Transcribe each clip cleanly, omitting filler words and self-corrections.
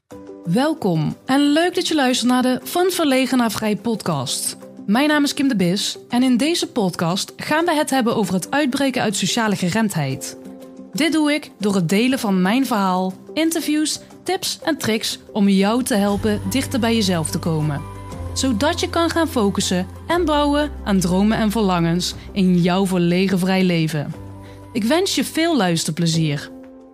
Welkom en leuk dat je luistert naar de Van Verlegen naar Vrij podcast. Mijn naam is Kim de Bis en in deze podcast gaan we het hebben over het uitbreken uit sociale geremdheid. Dit doe ik door het delen van mijn verhaal, interviews, tips en tricks om jou te helpen dichter bij jezelf te komen. Zodat je kan gaan focussen en bouwen aan dromen en verlangens in jouw verlegen vrij leven. Ik wens je veel luisterplezier.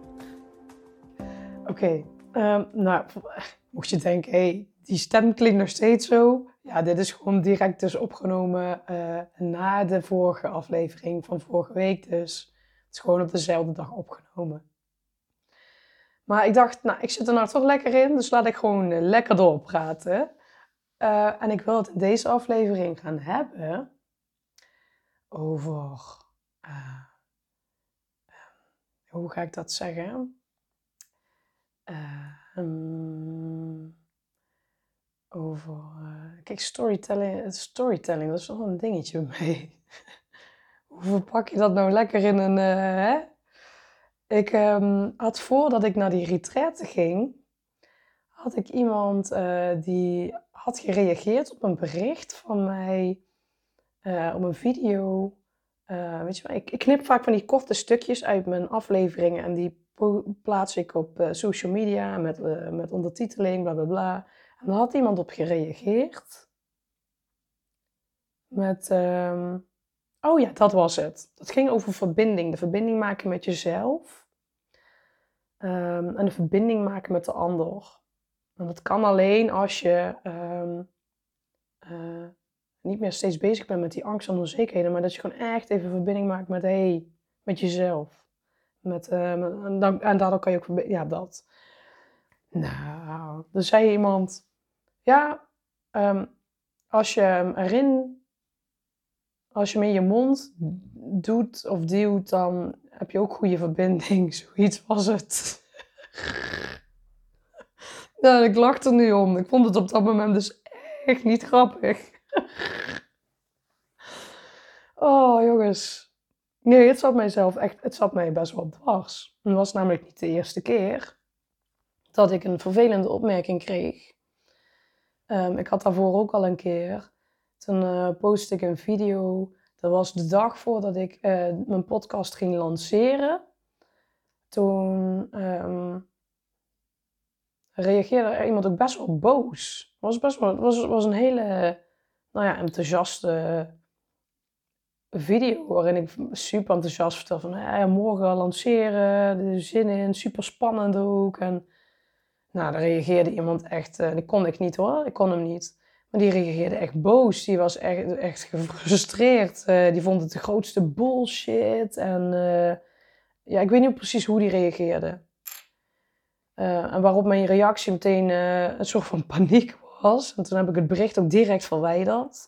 Oké. Mocht je denken, die stem klinkt nog steeds zo. Ja, dit is gewoon direct dus opgenomen na de vorige aflevering van vorige week. Dus het is gewoon op dezelfde dag opgenomen. Maar ik dacht, ik zit er nou toch lekker in, dus laat ik gewoon lekker doorpraten. En ik wil het in deze aflevering gaan hebben over... hoe ga ik dat zeggen? Kijk, storytelling, dat is wel een dingetje bij mij. Hoe verpak je dat nou lekker in een... Ik had voordat ik naar die retraite ging, had ik iemand die had gereageerd op een bericht van mij, op een video. Weet je wel, ik knip vaak van die korte stukjes uit mijn afleveringen en die plaats ik op social media met ondertiteling, bla bla bla. En daar had iemand op gereageerd. Oh ja, dat was het. Dat ging over verbinding. De verbinding maken met jezelf. En de verbinding maken met de ander. En dat kan alleen als je niet meer steeds bezig bent met die angst en onzekerheden. Maar dat je gewoon echt even verbinding maakt met jezelf. En daardoor kan je ook ja, dat. Nou, er zei iemand, ja, als je hem in je mond doet of duwt, dan heb je ook goede verbinding. Zoiets was het. Nou, ik lachte er nu om. Ik vond het op dat moment dus echt niet grappig. Oh, jongens. Nee, het zat mij best wel dwars. Het was namelijk niet de eerste keer dat ik een vervelende opmerking kreeg. Ik had daarvoor ook al een keer. Toen postte ik een video. Dat was de dag voordat ik mijn podcast ging lanceren. Toen reageerde er iemand ook best wel boos. Het was een hele enthousiaste video waarin ik super enthousiast vertel van morgen lanceren, er zin in, super spannend ook. En daar reageerde iemand echt, die kon ik niet hoor, ik kon hem niet. Maar die reageerde echt boos, die was echt gefrustreerd. Die vond het de grootste bullshit. En ik weet niet precies hoe die reageerde. En waarop mijn reactie meteen een soort van paniek was. En toen heb ik het bericht ook direct verwijderd.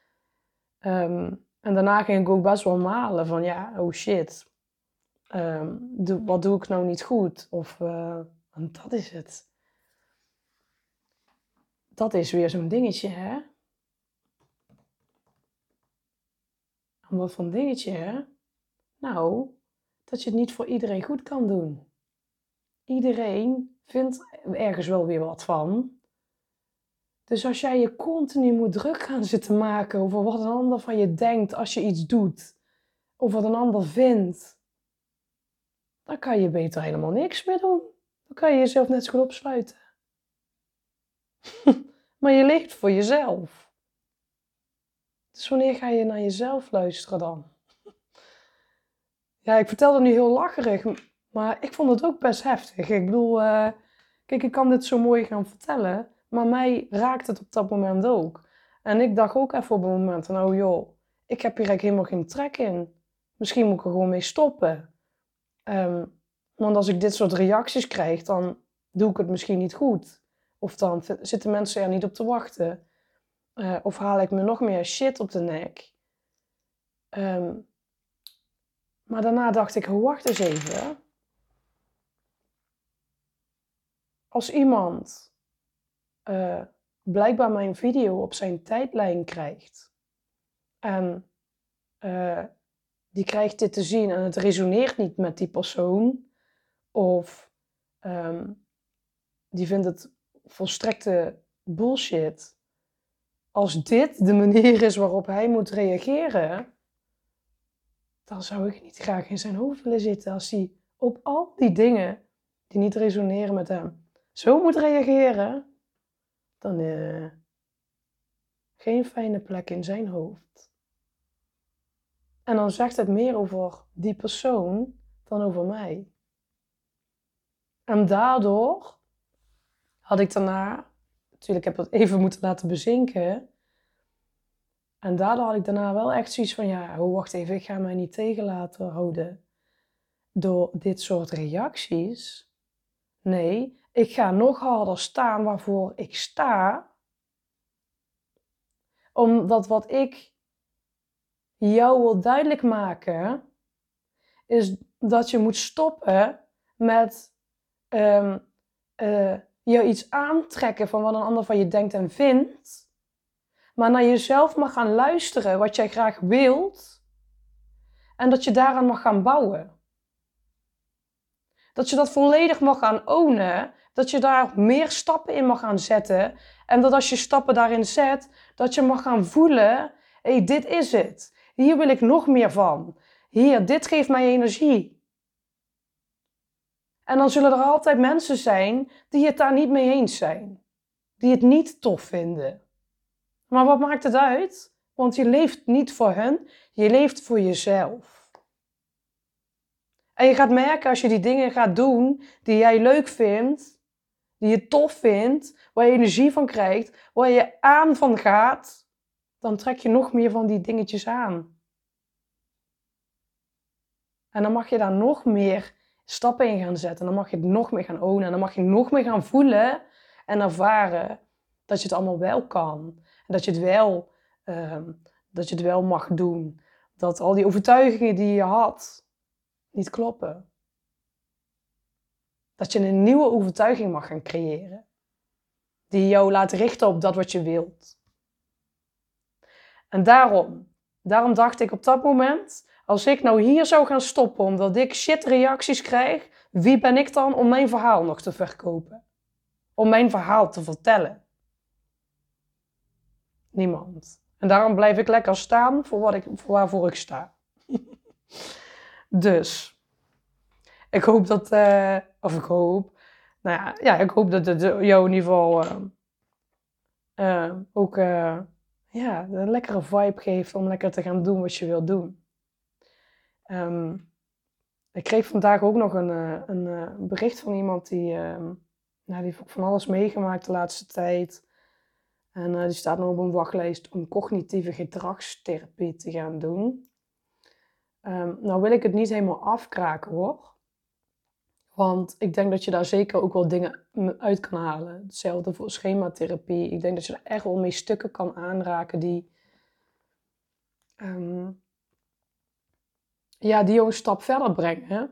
En daarna ging ik ook best wel malen van oh shit. Wat doe ik nou niet goed? En dat is het. Dat is weer zo'n dingetje, hè? En wat voor een dingetje, hè? Nou, dat je het niet voor iedereen goed kan doen. Iedereen vindt ergens wel weer wat van. Dus als jij je continu moet druk gaan zitten maken over wat een ander van je denkt als je iets doet, of wat een ander vindt, dan kan je beter helemaal niks meer doen. Dan kan je jezelf net zo goed opsluiten. Maar je leeft voor jezelf. Dus wanneer ga je naar jezelf luisteren dan? Ja, ik vertel het nu heel lacherig, maar ik vond het ook best heftig. Ik bedoel, kijk, ik kan dit zo mooi gaan vertellen, maar mij raakt het op dat moment ook. En ik dacht ook even op een moment van, oh joh, ik heb hier eigenlijk helemaal geen trek in. Misschien moet ik er gewoon mee stoppen. Want als ik dit soort reacties krijg, dan doe ik het misschien niet goed. Of dan zitten mensen er niet op te wachten. Of haal ik me nog meer shit op de nek. Maar daarna dacht ik, wacht eens even. Als iemand blijkbaar mijn video op zijn tijdlijn krijgt. En die krijgt dit te zien en het resoneert niet met die persoon. Of die vindt het volstrekte bullshit. Als dit de manier is waarop hij moet reageren, dan zou ik niet graag in zijn hoofd willen zitten. Als hij op al die dingen die niet resoneren met hem zo moet reageren, dan geen fijne plek in zijn hoofd. En dan zegt het meer over die persoon dan over mij. En daardoor had ik daarna, natuurlijk heb ik dat even moeten laten bezinken. En daardoor had ik daarna wel echt zoiets van, wacht even, ik ga mij niet tegen laten houden door dit soort reacties. Nee, ik ga nog harder staan waarvoor ik sta. Omdat wat ik jou wil duidelijk maken, is dat je moet stoppen met je iets aantrekken van wat een ander van je denkt en vindt. Maar naar jezelf mag gaan luisteren wat jij graag wilt. En dat je daaraan mag gaan bouwen. Dat je dat volledig mag gaan ownen. Dat je daar meer stappen in mag gaan zetten. En dat als je stappen daarin zet, dat je mag gaan voelen. Hé, dit is het. Hier wil ik nog meer van. Hier, dit geeft mij energie. En dan zullen er altijd mensen zijn die het daar niet mee eens zijn. Die het niet tof vinden. Maar wat maakt het uit? Want je leeft niet voor hen, je leeft voor jezelf. En je gaat merken als je die dingen gaat doen die jij leuk vindt, die je tof vindt, waar je energie van krijgt, waar je aan van gaat, dan trek je nog meer van die dingetjes aan. En dan mag je daar nog meer stappen in gaan zetten. Dan mag je het nog meer gaan ownen. En dan mag je nog meer gaan voelen en ervaren dat je het allemaal wel kan. En dat je het wel mag doen. Dat al die overtuigingen die je had niet kloppen. Dat je een nieuwe overtuiging mag gaan creëren. Die jou laat richten op dat wat je wilt. En daarom dacht ik op dat moment, als ik nou hier zou gaan stoppen omdat ik shit reacties krijg, wie ben ik dan om mijn verhaal nog te verkopen? Om mijn verhaal te vertellen? Niemand. En daarom blijf ik lekker staan voor waarvoor ik sta. Dus, ik hoop dat, ik hoop dat het jou in ieder geval ook een lekkere vibe geeft om lekker te gaan doen wat je wilt doen. Ik kreeg vandaag ook nog een bericht van iemand die heeft ook van alles meegemaakt de laatste tijd. En die staat nog op een wachtlijst om cognitieve gedragstherapie te gaan doen. Nou wil ik het niet helemaal afkraken hoor. Want ik denk dat je daar zeker ook wel dingen uit kan halen. Hetzelfde voor schematherapie. Ik denk dat je er echt wel mee stukken kan aanraken die jou een stap verder brengen.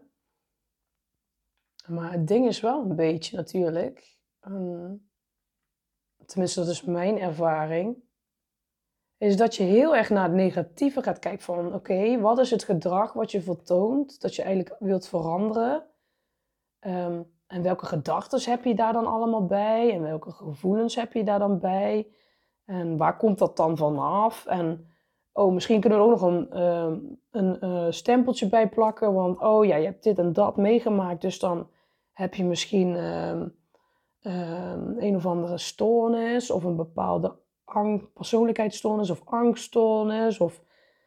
Maar het ding is wel een beetje natuurlijk, tenminste dat is mijn ervaring, is dat je heel erg naar het negatieve gaat kijken van oké, wat is het gedrag wat je vertoont, dat je eigenlijk wilt veranderen? En welke gedachten heb je daar dan allemaal bij? En welke gevoelens heb je daar dan bij? En waar komt dat dan vanaf? En misschien kunnen we er ook nog een stempeltje bij plakken. Want je hebt dit en dat meegemaakt. Dus dan heb je misschien een of andere stoornis. Of een bepaalde persoonlijkheidsstoornis of angststoornis. Of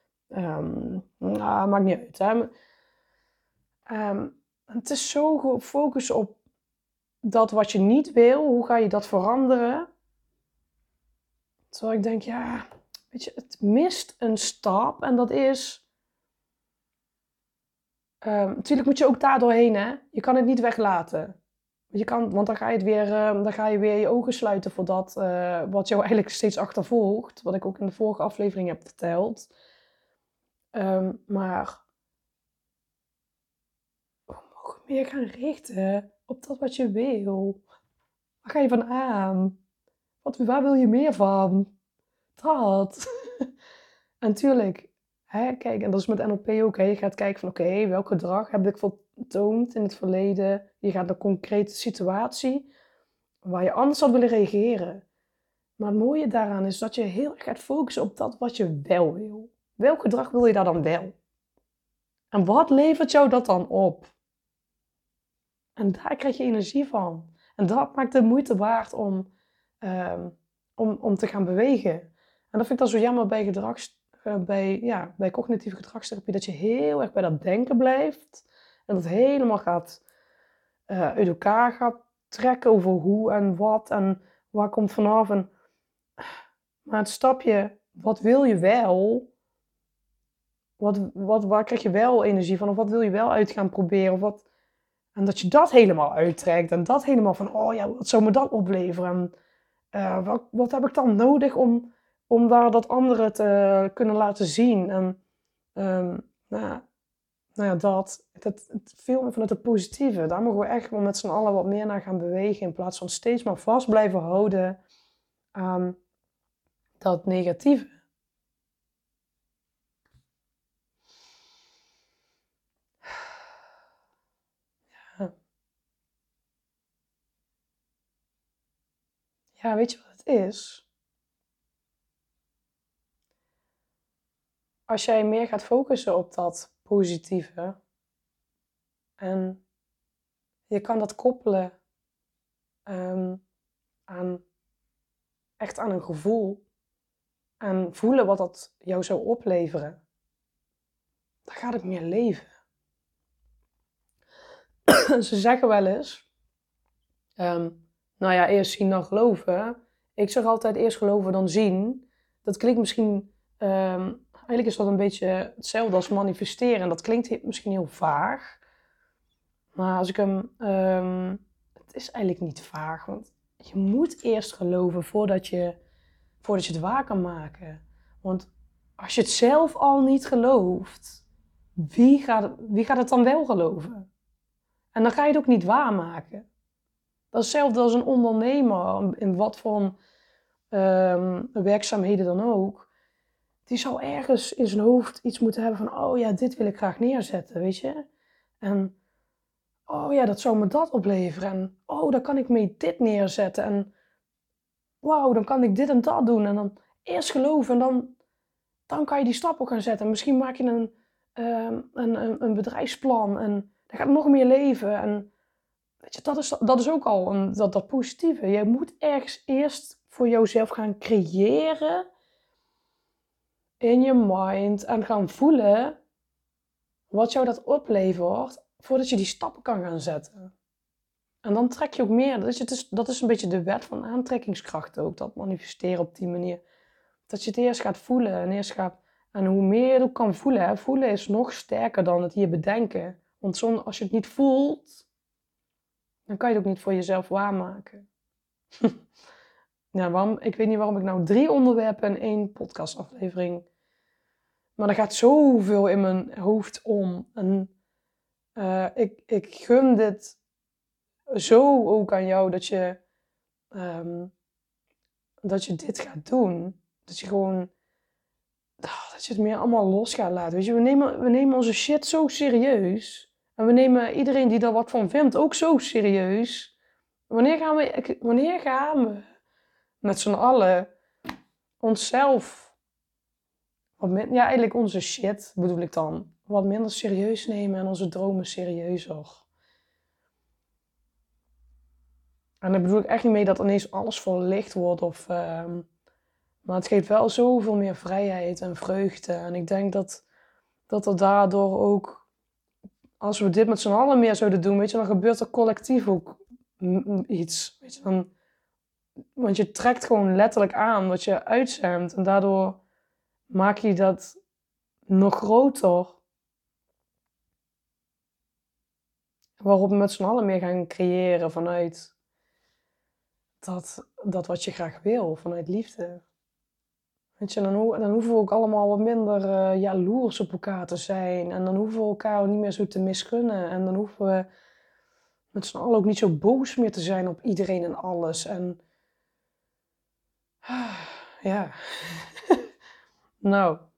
maakt niet uit. Hè? Het is zo gefocust op dat wat je niet wil. Hoe ga je dat veranderen? Terwijl ik denk, weet je, het mist een stap. En dat is... natuurlijk moet je ook daar doorheen, hè. Je kan het niet weglaten. Want dan ga je weer je ogen sluiten voor dat wat jou eigenlijk steeds achtervolgt. Wat ik ook in de vorige aflevering heb verteld. Maar... we mogen meer gaan richten op dat wat je wil. Waar ga je van aan? Waar wil je meer van? Dat. En tuurlijk, kijk, en dat is met NLP ook. Je gaat kijken van welk gedrag heb ik vertoond in het verleden. Je gaat naar een concrete situatie. waar je anders had willen reageren. Maar het mooie daaraan is dat je heel erg gaat focussen op dat wat je wel wil. Welk gedrag wil je daar dan wel? En wat levert jou dat dan op? En daar krijg je energie van. En dat maakt de moeite waard om te gaan bewegen. En dat vind ik dan zo jammer bij cognitieve gedragstherapie. Dat je heel erg bij dat denken blijft. En dat helemaal uit elkaar gaat trekken over hoe en wat en waar komt vanaf. Maar het stapje, wat wil je wel? Waar krijg je wel energie van? Of wat wil je wel uit gaan proberen? En dat je dat helemaal uittrekt. En dat helemaal van, oh ja, wat zou me dat opleveren? En wat heb ik dan nodig om daar dat andere te kunnen laten zien? En dat veel meer vanuit het positieve. Daar mogen we echt wel met z'n allen wat meer naar gaan bewegen. In plaats van steeds maar vast blijven houden aan dat negatieve. Ja, weet je wat het is? Als jij meer gaat focussen op dat positieve en je kan dat koppelen aan een gevoel en voelen wat dat jou zou opleveren, dan gaat het meer leven. Ze zeggen wel eens, eerst zien dan geloven. Ik zeg altijd eerst geloven dan zien. Dat klinkt misschien, eigenlijk is dat een beetje hetzelfde als manifesteren. En dat klinkt misschien heel vaag. Maar als ik het is eigenlijk niet vaag, want je moet eerst geloven voordat je het waar kan maken. Want als je het zelf al niet gelooft, wie gaat het dan wel geloven? En dan ga je het ook niet waarmaken. Dat is hetzelfde als een ondernemer, in wat voor werkzaamheden dan ook. Die zou ergens in zijn hoofd iets moeten hebben van, oh ja, dit wil ik graag neerzetten, weet je. En, oh ja, dat zou me dat opleveren. En, oh, dan kan ik mee dit neerzetten. En, wauw, dan kan ik dit en dat doen. En dan eerst geloven en dan kan je die stappen gaan zetten. En misschien maak je een bedrijfsplan en dan gaat nog meer leven. En weet je, dat is ook al dat positieve. Je moet ergens eerst voor jezelf gaan creëren in je mind en gaan voelen wat jou dat oplevert voordat je die stappen kan gaan zetten. En dan trek je ook meer. Dat is een beetje de wet van aantrekkingskracht ook, dat manifesteren op die manier. Dat je het eerst gaat voelen en hoe meer je het ook kan voelen. Voelen is nog sterker dan het hier bedenken. Want als je het niet voelt, dan kan je het ook niet voor jezelf waarmaken. Ik weet niet waarom ik nou 3 onderwerpen in 1 podcastaflevering. Maar er gaat zoveel in mijn hoofd om. En ik gun dit zo ook aan jou dat je dit gaat doen. Dat je gewoon dat je het meer allemaal los gaat laten. Weet je, we nemen onze shit zo serieus. En we nemen iedereen die daar wat van vindt ook zo serieus. Wanneer gaan we met z'n allen onszelf, eigenlijk onze shit bedoel ik dan, wat minder serieus nemen en onze dromen serieuzer? En daar bedoel ik echt niet mee dat ineens alles verlicht wordt maar het geeft wel zoveel meer vrijheid en vreugde. En ik denk dat er daardoor ook, als we dit met z'n allen meer zouden doen, weet je, dan gebeurt er collectief ook iets. Weet je, want je trekt gewoon letterlijk aan wat je uitzendt. En daardoor maak je dat nog groter. Waarop we met z'n allen meer gaan creëren vanuit dat wat je graag wil, vanuit liefde. Weet je, dan hoeven we ook allemaal wat minder jaloers op elkaar te zijn. En dan hoeven we elkaar ook niet meer zo te misgunnen. En dan hoeven we met z'n allen ook niet zo boos meer te zijn op iedereen en alles. En ja. Nou.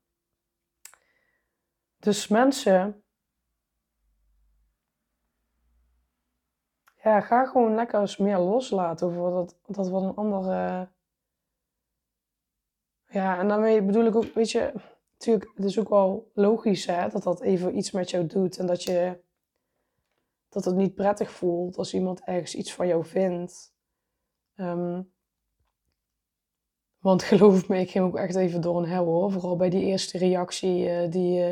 Dus mensen. ja, ga gewoon lekker eens meer loslaten over dat wat een ander... Ja, en daarmee bedoel ik ook, weet je, natuurlijk, het is ook wel logisch hè, dat dat even iets met jou doet. En dat het niet prettig voelt als iemand ergens iets van jou vindt. Want geloof me, ik ging ook echt even door een hel hoor. Vooral bij die eerste reactie,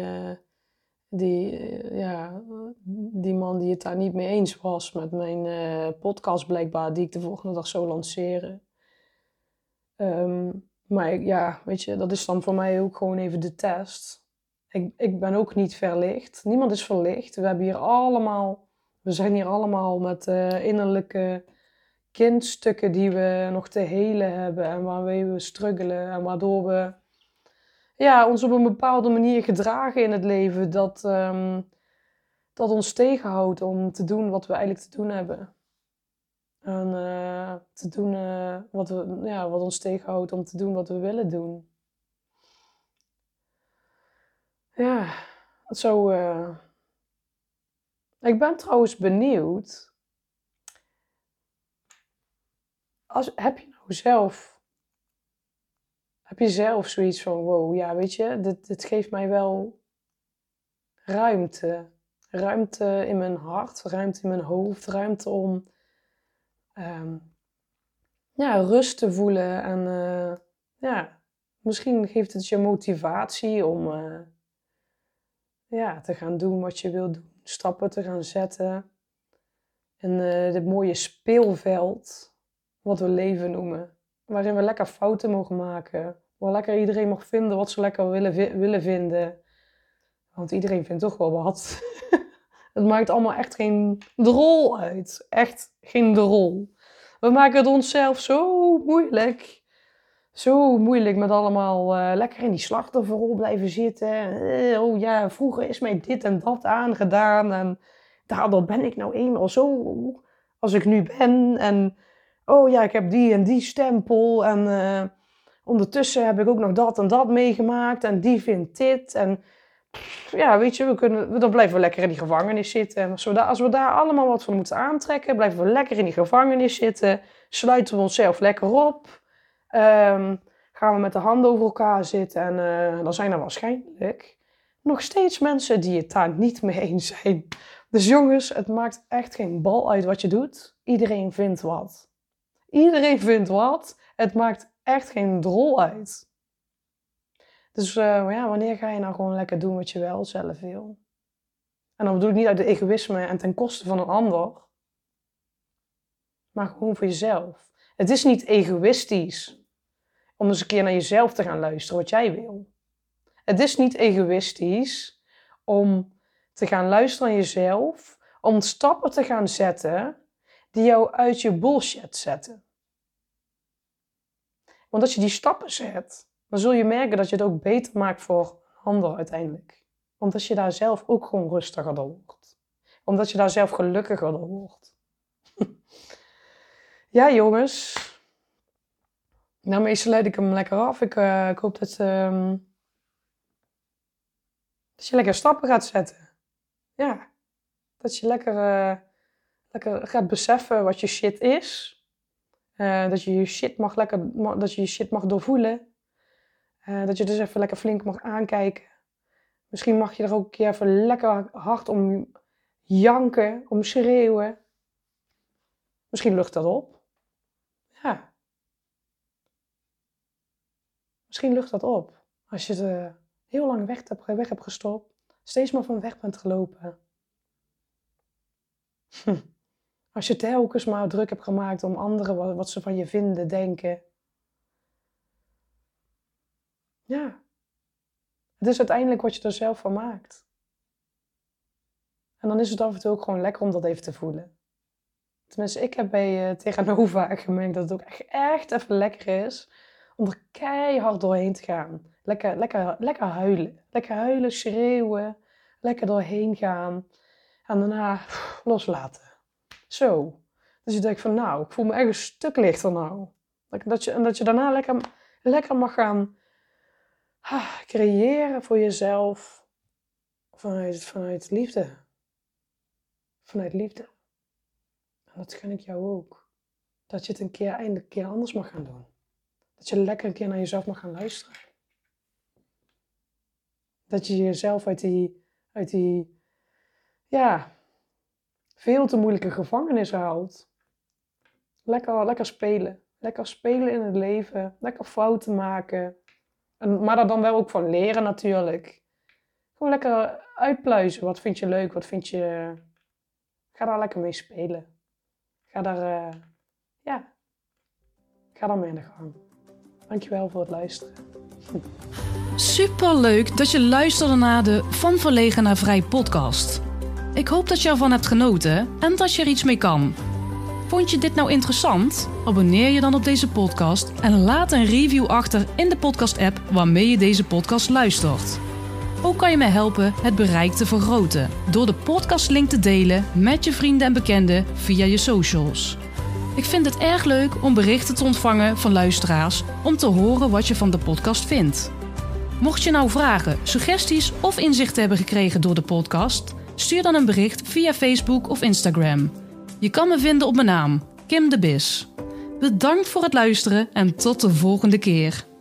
die man die het daar niet mee eens was met mijn podcast blijkbaar, die ik de volgende dag zou lanceren. Maar ja, weet je, dat is dan voor mij ook gewoon even de test. Ik ben ook niet verlicht. Niemand is verlicht. We zijn hier allemaal met innerlijke kindstukken die we nog te helen hebben en waarmee we struggelen en waardoor we ons op een bepaalde manier gedragen in het leven dat ons tegenhoudt om te doen wat we eigenlijk te doen hebben. En te doen wat ons tegenhoudt om te doen wat we willen doen. Ja, zo. Ik ben trouwens benieuwd. Heb je zelf zoiets van, wow, ja, weet je, dit geeft mij wel ruimte. Ruimte in mijn hart, ruimte in mijn hoofd, ruimte om rust te voelen. En misschien geeft het je motivatie om te gaan doen wat je wil doen. Stappen te gaan zetten. En dit mooie speelveld, wat we leven noemen. Waarin we lekker fouten mogen maken. Waar lekker iedereen mag vinden wat ze lekker willen vinden. Want iedereen vindt toch wel wat. Het maakt allemaal echt geen drol uit. Echt geen drol. We maken het onszelf zo moeilijk. Zo moeilijk met allemaal lekker in die slachtofferrol blijven zitten. Oh ja, vroeger is mij dit en dat aangedaan. En daardoor ben ik nou eenmaal zo als ik nu ben. En oh ja, ik heb die en die stempel. En ondertussen heb ik ook nog dat en dat meegemaakt. En die vindt dit. En ja, weet je, dan blijven we lekker in die gevangenis zitten. En als we daar allemaal wat van moeten aantrekken, blijven we lekker in die gevangenis zitten. Sluiten we onszelf lekker op. Gaan we met de handen over elkaar zitten. En dan zijn er waarschijnlijk nog steeds mensen die het daar niet mee eens zijn. Dus jongens, het maakt echt geen bal uit wat je doet. Iedereen vindt wat. Iedereen vindt wat. Het maakt echt geen drol uit. Dus wanneer ga je nou gewoon lekker doen wat je wel zelf wil? En dan bedoel ik niet uit de egoïsme en ten koste van een ander. Maar gewoon voor jezelf. Het is niet egoïstisch om eens een keer naar jezelf te gaan luisteren wat jij wil. Het is niet egoïstisch om te gaan luisteren naar jezelf. Om stappen te gaan zetten die jou uit je bullshit zetten. Want als je die stappen zet, dan zul je merken dat je het ook beter maakt voor een ander uiteindelijk. Omdat je daar zelf ook gewoon rustiger door wordt. Omdat je daar zelf gelukkiger door wordt. Ja jongens. Nou meestal leid ik hem lekker af. Ik hoop dat je lekker stappen gaat zetten. Ja. Dat je lekker gaat beseffen wat je shit is. Dat je je shit mag doorvoelen. Dat je dus even lekker flink mag aankijken. Misschien mag je er ook een keer even lekker hard om janken, om schreeuwen. Misschien lucht dat op. Ja. Misschien lucht dat op. Als je het heel lang weg hebt gestopt. Steeds maar van weg bent gelopen. Als je telkens maar druk hebt gemaakt om anderen wat ze van je vinden, denken. Ja. Het is uiteindelijk wat je er zelf van maakt. En dan is het af en toe ook gewoon lekker om dat even te voelen. Tenminste, ik heb bij Teganova gemerkt dat het ook echt even lekker is om er keihard doorheen te gaan. Lekker huilen. Lekker huilen, schreeuwen. Lekker doorheen gaan. En daarna loslaten. Zo. Dus je denkt van nou, ik voel me echt een stuk lichter nou. Dat je daarna lekker mag gaan creëren voor jezelf. Vanuit liefde. Vanuit liefde. dat gun ik jou ook. Dat je het eindelijk een keer anders mag gaan doen. Dat je lekker een keer naar jezelf mag gaan luisteren. Dat je jezelf uit die veel te moeilijke gevangenis haalt. Lekker spelen. Lekker spelen in het leven. Lekker fouten maken. Maar daar dan wel ook van leren natuurlijk. Gewoon lekker uitpluizen. Wat vind je leuk? Wat vind je... Ga daar lekker mee spelen. Ga daar mee aan de gang. Dankjewel voor het luisteren. Superleuk dat je luisterde naar de Van Verlegen naar Vrij podcast. Ik hoop dat je ervan hebt genoten en dat je er iets mee kan. Vond je dit nou interessant? Abonneer je dan op deze podcast en laat een review achter in de podcast-app waarmee je deze podcast luistert. Ook kan je mij helpen het bereik te vergroten door de podcastlink te delen met je vrienden en bekenden via je socials. Ik vind het erg leuk om berichten te ontvangen van luisteraars om te horen wat je van de podcast vindt. Mocht je nou vragen, suggesties of inzichten hebben gekregen door de podcast, stuur dan een bericht via Facebook of Instagram. Je kan me vinden op mijn naam, Kim de Bis. Bedankt voor het luisteren en tot de volgende keer.